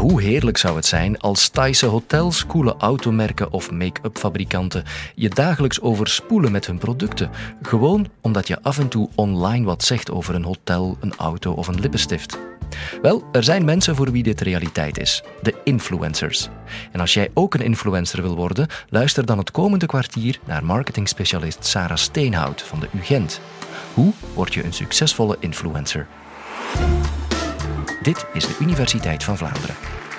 Hoe heerlijk zou het zijn als Thaise hotels, coole automerken of make-up fabrikanten je dagelijks overspoelen met hun producten. Gewoon omdat je af en toe online wat zegt over een hotel, een auto of een lippenstift. Wel, er zijn mensen voor wie dit realiteit is. De influencers. En als jij ook een influencer wil worden, luister dan het komende kwartier naar marketingspecialist Sarah Steenhout van de UGent. Hoe word je een succesvolle influencer? Dit is de Universiteit van Vlaanderen.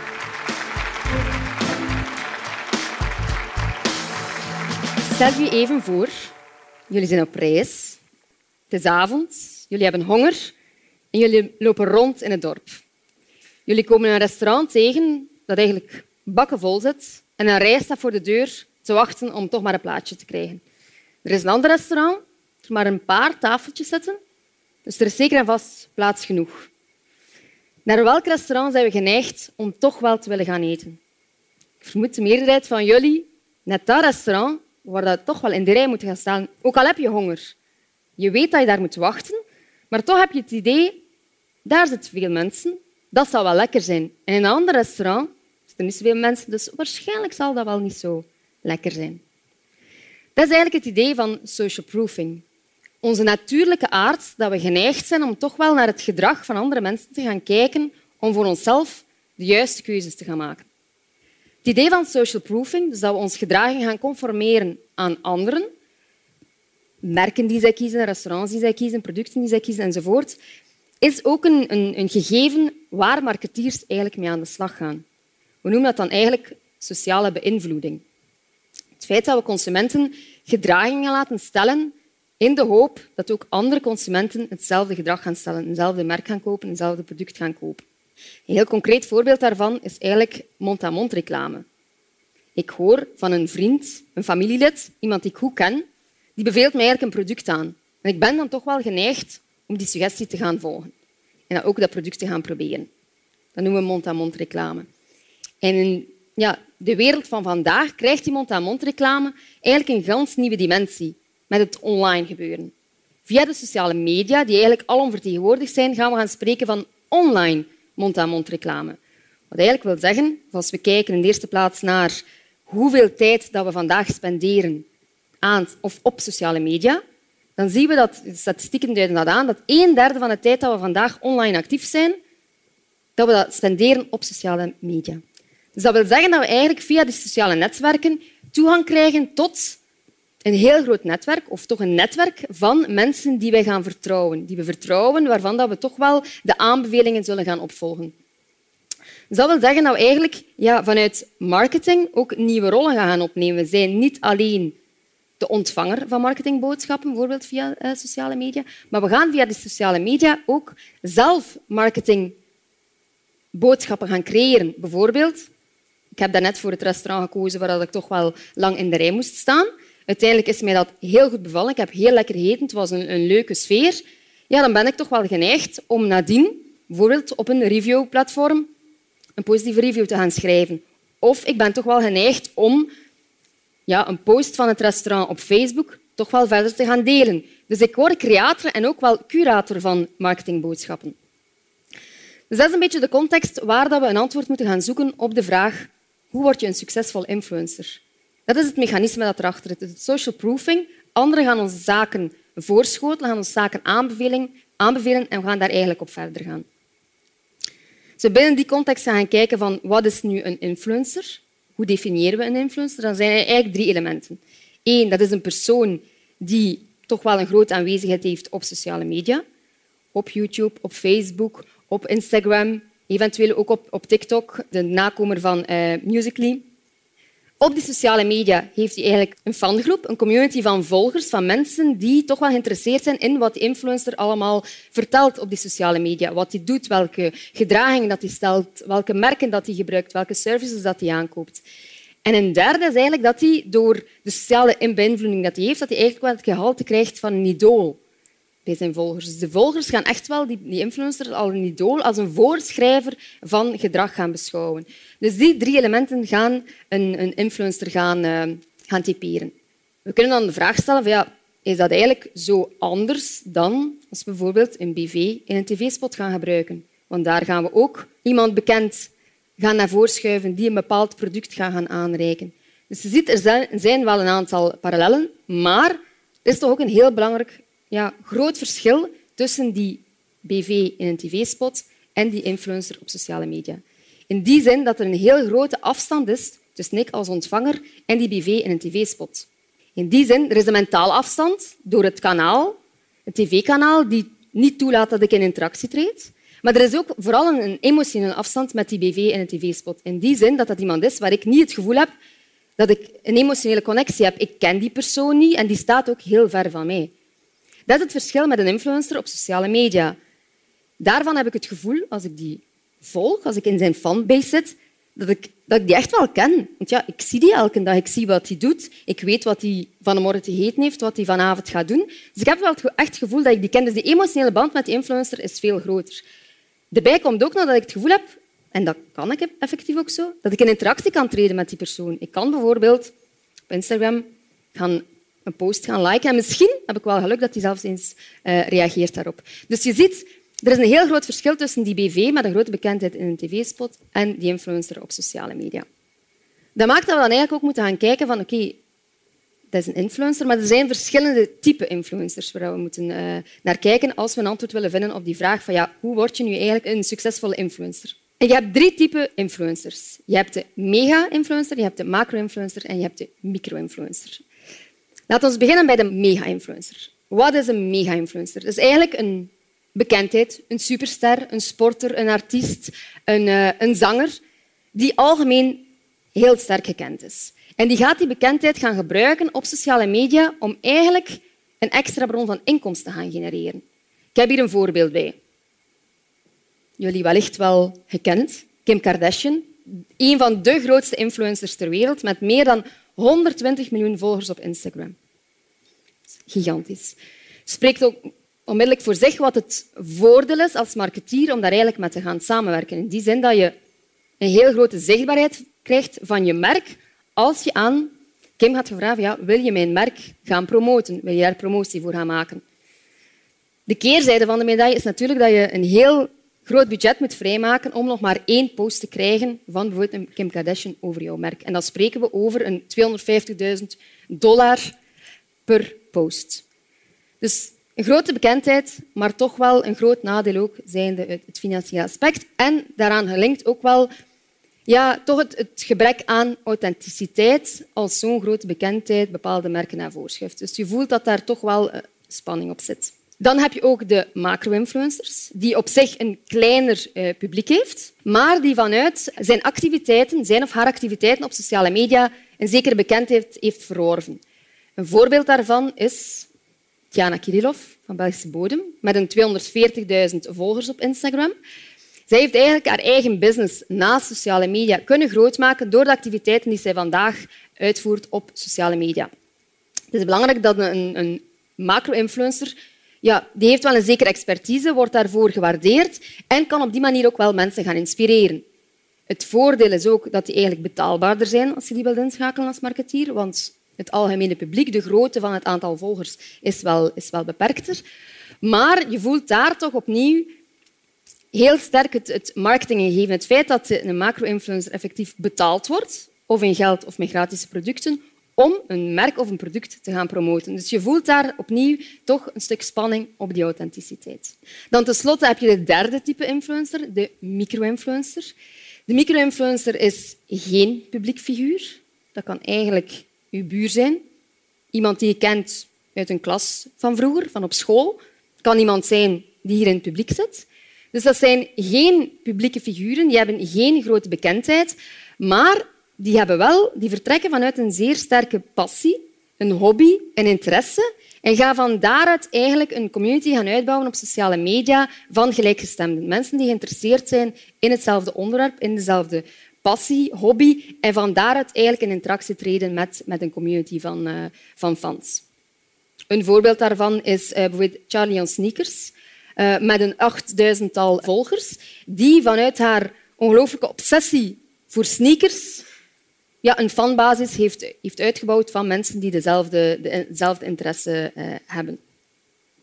Stel je even voor, jullie zijn op reis, het is avond, jullie hebben honger en jullie lopen rond in het dorp. Jullie komen een restaurant tegen dat eigenlijk bakkenvol zit en een rij staat voor de deur te wachten om toch maar een plaatsje te krijgen. Er is een ander restaurant, er maar een paar tafeltjes zitten, dus er is zeker en vast plaats genoeg. Naar welk restaurant zijn we geneigd om toch wel te willen gaan eten? Ik vermoed de meerderheid van jullie net dat restaurant waar je toch wel in de rij moet gaan staan, ook al heb je honger. Je weet dat je daar moet wachten, maar toch heb je het idee, daar zitten veel mensen, dat zal wel lekker zijn. En in een ander restaurant zitten niet zoveel mensen, dus waarschijnlijk zal dat wel niet zo lekker zijn. Dat is eigenlijk het idee van social proofing. Onze natuurlijke aard dat we geneigd zijn om toch wel naar het gedrag van andere mensen te gaan kijken om voor onszelf de juiste keuzes te gaan maken. Het idee van social proofing, dus dat we ons gedraging gaan conformeren aan anderen, merken die zij kiezen, restaurants die zij kiezen, producten die zij kiezen enzovoort, is ook een gegeven waar marketeers eigenlijk mee aan de slag gaan. We noemen dat dan eigenlijk sociale beïnvloeding. Het feit dat we consumenten gedragingen laten stellen in de hoop dat ook andere consumenten hetzelfde gedrag gaan stellen, hetzelfde merk gaan kopen, hetzelfde product gaan kopen. Een heel concreet voorbeeld daarvan is eigenlijk mond-aan-mond reclame. Ik hoor van een vriend, een familielid, iemand die ik goed ken, die beveelt mij eigenlijk een product aan. En ik ben dan toch wel geneigd om die suggestie te gaan volgen en dan ook dat product te gaan proberen. Dat noemen we mond-aan-mond reclame. En in de wereld van vandaag krijgt die mond-aan-mond reclame eigenlijk een ganz nieuwe dimensie met het online gebeuren. Via de sociale media, die eigenlijk alomvertegenwoordigd zijn, gaan we gaan spreken van online mond-aan-mond reclame. Wat eigenlijk wil zeggen, als we kijken in de eerste plaats naar hoeveel tijd dat we vandaag spenderen aan of op sociale media, dan zien we dat, de statistieken duiden dat aan, dat 1/3 van de tijd dat we vandaag online actief zijn, dat we dat spenderen op sociale media. Dus dat wil zeggen dat we eigenlijk via die sociale netwerken toegang krijgen tot een heel groot netwerk, of toch een netwerk van mensen die wij gaan vertrouwen. Die we vertrouwen, waarvan we toch wel de aanbevelingen zullen gaan opvolgen. Dus dat wil zeggen dat we eigenlijk vanuit marketing ook nieuwe rollen gaan opnemen. We zijn niet alleen de ontvanger van marketingboodschappen, bijvoorbeeld via sociale media, maar we gaan via de sociale media ook zelf marketingboodschappen gaan creëren. Bijvoorbeeld, ik heb daarnet voor het restaurant gekozen waar ik toch wel lang in de rij moest staan. Uiteindelijk is mij dat heel goed bevallen. Ik heb heel lekker gegeten. Het was een leuke sfeer. Ja, dan ben ik toch wel geneigd om nadien, bijvoorbeeld op een reviewplatform, een positieve review te gaan schrijven. Of ik ben toch wel geneigd om een post van het restaurant op Facebook toch wel verder te gaan delen. Dus ik word creator en ook wel curator van marketingboodschappen. Dus dat is een beetje de context waar we een antwoord moeten gaan zoeken op de vraag hoe word je een succesvol influencer? Dat is het mechanisme dat erachter zit. Het social proofing. Anderen gaan onze zaken voorschotelen, gaan onze zaken aanbevelen en we gaan daar eigenlijk op verder gaan. Dus binnen die context gaan kijken van wat is nu een influencer? Hoe definiëren we een influencer? Dan zijn er eigenlijk 3 elementen. 1, dat is een persoon die toch wel een grote aanwezigheid heeft op sociale media. Op YouTube, op Facebook, op Instagram, eventueel ook op TikTok, de nakomer van Musical.ly. Op die sociale media heeft hij eigenlijk een fangroep, een community van volgers, van mensen die toch wel geïnteresseerd zijn in wat de influencer allemaal vertelt op die sociale media. Wat hij doet, welke gedragingen dat hij stelt, welke merken dat hij gebruikt, welke services dat hij aankoopt. En een derde is eigenlijk dat hij door de sociale beïnvloeding dat hij heeft, dat hij eigenlijk wel het gehalte krijgt van een idool bij zijn volgers. Dus de volgers gaan echt wel die influencer als een idool, als een voorschrijver van gedrag gaan beschouwen. Dus die 3 elementen gaan een influencer gaan typeren. We kunnen dan de vraag stellen van, is dat eigenlijk zo anders dan als we bijvoorbeeld een BV in een tv-spot gaan gebruiken? Want daar gaan we ook iemand bekend gaan naar voren schuiven, die een bepaald product gaan aanreiken. Dus je ziet, er zijn wel een aantal parallellen, maar er is toch ook een heel belangrijk groot verschil tussen die BV in een tv-spot en die influencer op sociale media. In die zin dat er een heel grote afstand is tussen ik als ontvanger en die BV in een tv-spot. In die zin, er is een mentale afstand door het kanaal, het tv-kanaal, die niet toelaat dat ik in interactie treed. Maar er is ook vooral een emotionele afstand met die BV in een tv-spot. In die zin dat dat iemand is waar ik niet het gevoel heb dat ik een emotionele connectie heb. Ik ken die persoon niet en die staat ook heel ver van mij. Dat is het verschil met een influencer op sociale media. Daarvan heb ik het gevoel, als ik die volg, als ik in zijn fanbase zit, dat ik die echt wel ken. Want ja, ik zie die elke dag, ik zie wat hij doet. Ik weet wat hij vanmorgen te eten heeft, wat hij vanavond gaat doen. Dus ik heb wel echt het gevoel dat ik die ken. Dus die emotionele band met die influencer is veel groter. Daarbij komt ook nog dat ik het gevoel heb, en dat kan ik effectief ook zo, dat ik in interactie kan treden met die persoon. Ik kan bijvoorbeeld op Instagram een post gaan liken en misschien heb ik wel geluk dat hij zelfs eens reageert daarop. Dus je ziet, er is een heel groot verschil tussen die BV met een grote bekendheid in een tv-spot en die influencer op sociale media. Dat maakt dat we dan eigenlijk ook moeten gaan kijken van oké, dat is een influencer, maar er zijn verschillende typen influencers waar we moeten naar kijken als we een antwoord willen vinden op die vraag van hoe word je nu eigenlijk een succesvolle influencer? En je hebt 3 typen influencers. Je hebt de mega-influencer, je hebt de macro-influencer en je hebt de micro-influencer. Laten we beginnen bij de mega-influencer. Wat is een mega-influencer? Dat is eigenlijk een bekendheid, een superster, een sporter, een artiest, een zanger die algemeen heel sterk gekend is. En die gaat die bekendheid gaan gebruiken op sociale media om eigenlijk een extra bron van inkomsten te gaan genereren. Ik heb hier een voorbeeld bij. Jullie wellicht wel gekend. Kim Kardashian, een van de grootste influencers ter wereld met meer dan 120 miljoen volgers op Instagram. Gigantisch. Spreekt ook onmiddellijk voor zich wat het voordeel is als marketeer om daar eigenlijk mee te gaan samenwerken. In die zin dat je een heel grote zichtbaarheid krijgt van je merk als je aan Kim gaat vragen, wil je mijn merk gaan promoten? Wil je daar promotie voor gaan maken? De keerzijde van de medaille is natuurlijk dat je een heel groot budget moet vrijmaken om nog maar 1 post te krijgen van bijvoorbeeld een Kim Kardashian over jouw merk. En dan spreken we over een $250.000 per post. Dus een grote bekendheid, maar toch wel een groot nadeel ook, zijnde het financiële aspect. En daaraan gelinkt ook wel toch het gebrek aan authenticiteit als zo'n grote bekendheid bepaalde merken naar voren schuift. Dus je voelt dat daar toch wel spanning op zit. Dan heb je ook de macro-influencers, die op zich een kleiner publiek heeft, maar die vanuit zijn of haar activiteiten op sociale media een zekere bekendheid heeft verworven. Een voorbeeld daarvan is Tjana Kirillov van Belgische bodem, met een 240.000 volgers op Instagram. Zij heeft eigenlijk haar eigen business naast sociale media kunnen grootmaken door de activiteiten die zij vandaag uitvoert op sociale media. Het is belangrijk dat een macro-influencer die heeft wel een zekere expertise, wordt daarvoor gewaardeerd en kan op die manier ook wel mensen gaan inspireren. Het voordeel is ook dat die eigenlijk betaalbaarder zijn als je die wilt inschakelen als marketeer, want het algemene publiek, de grootte van het aantal volgers, is wel beperkter. Maar je voelt daar toch opnieuw heel sterk het marketinggegeven. Het feit dat een macro-influencer effectief betaald wordt, of in geld of met gratis producten, om een merk of een product te gaan promoten. Dus je voelt daar opnieuw toch een stuk spanning op die authenticiteit. Dan tenslotte heb je de derde type influencer, de micro-influencer. De micro-influencer is geen publiek figuur. Dat kan eigenlijk uw buur zijn. Iemand die je kent uit een klas van vroeger, van op school. Het kan iemand zijn die hier in het publiek zit. Dus dat zijn geen publieke figuren, die hebben geen grote bekendheid, maar die vertrekken vanuit een zeer sterke passie, een hobby, een interesse en gaan van daaruit eigenlijk een community gaan uitbouwen op sociale media van gelijkgestemden. Mensen die geïnteresseerd zijn in hetzelfde onderwerp, in dezelfde passie, hobby en van daaruit eigenlijk in interactie treden met een community van fans. Een voorbeeld daarvan is bijvoorbeeld Charlie on Sneakers, met een 8000-tal volgers, die vanuit haar ongelooflijke obsessie voor sneakers een fanbasis heeft uitgebouwd van mensen die dezelfde interesse hebben.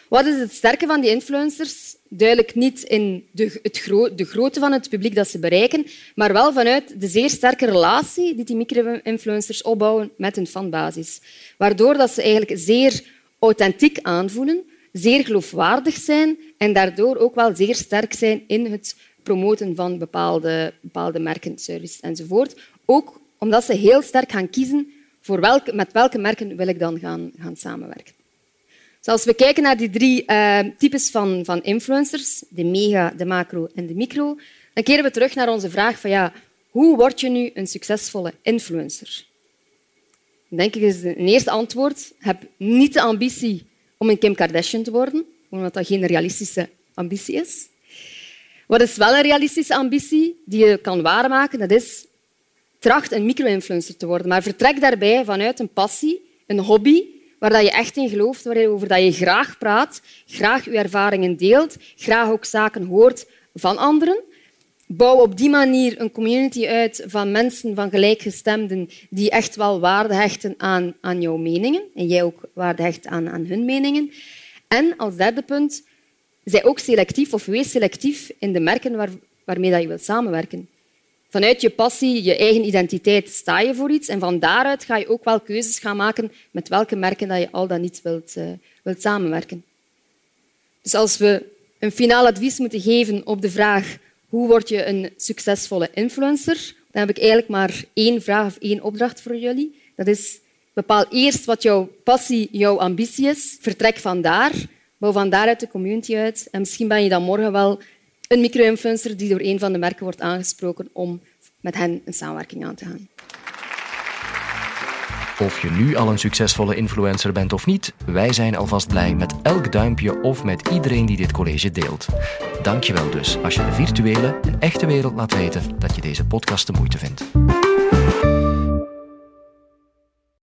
Wat is het sterke van die influencers? Duidelijk niet in de grootte van het publiek dat ze bereiken, maar wel vanuit de zeer sterke relatie die micro-influencers opbouwen met hun fanbasis. Waardoor dat ze eigenlijk zeer authentiek aanvoelen, zeer geloofwaardig zijn en daardoor ook wel zeer sterk zijn in het promoten van bepaalde merken, services enzovoort. Ook omdat ze heel sterk gaan kiezen voor met welke merken wil ik dan gaan samenwerken. Dus als we kijken naar die 3 types van influencers, de mega, de macro en de micro, dan keren we terug naar onze vraag van hoe word je nu een succesvolle influencer? Dan denk ik is een eerste antwoord. Heb niet de ambitie om een Kim Kardashian te worden, omdat dat geen realistische ambitie is. Wat is wel een realistische ambitie die je kan waarmaken? Dat is tracht een micro-influencer te worden, maar vertrek daarbij vanuit een passie, een hobby, waar je echt in gelooft, waarover dat je graag praat, graag je ervaringen deelt, graag ook zaken hoort van anderen. Bouw op die manier een community uit van mensen, van gelijkgestemden, die echt wel waarde hechten aan jouw meningen en jij ook waarde hecht aan hun meningen. En als derde punt, zij ook selectief of wees selectief in de merken waarmee dat je wilt samenwerken. Vanuit je passie, je eigen identiteit, sta je voor iets en van daaruit ga je ook wel keuzes gaan maken met welke merken dat je al dan niet wilt samenwerken. Dus als we een finaal advies moeten geven op de vraag hoe word je een succesvolle influencer, dan heb ik eigenlijk maar 1 vraag of 1 opdracht voor jullie. Dat is, bepaal eerst wat jouw passie, jouw ambitie is. Vertrek van daar, bouw van daaruit de community uit. En misschien ben je dan morgen wel een micro-influencer die door een van de merken wordt aangesproken om met hen een samenwerking aan te gaan. Of je nu al een succesvolle influencer bent of niet, wij zijn alvast blij met elk duimpje of met iedereen die dit college deelt. Dank je wel dus als je de virtuele en echte wereld laat weten dat je deze podcast de moeite vindt.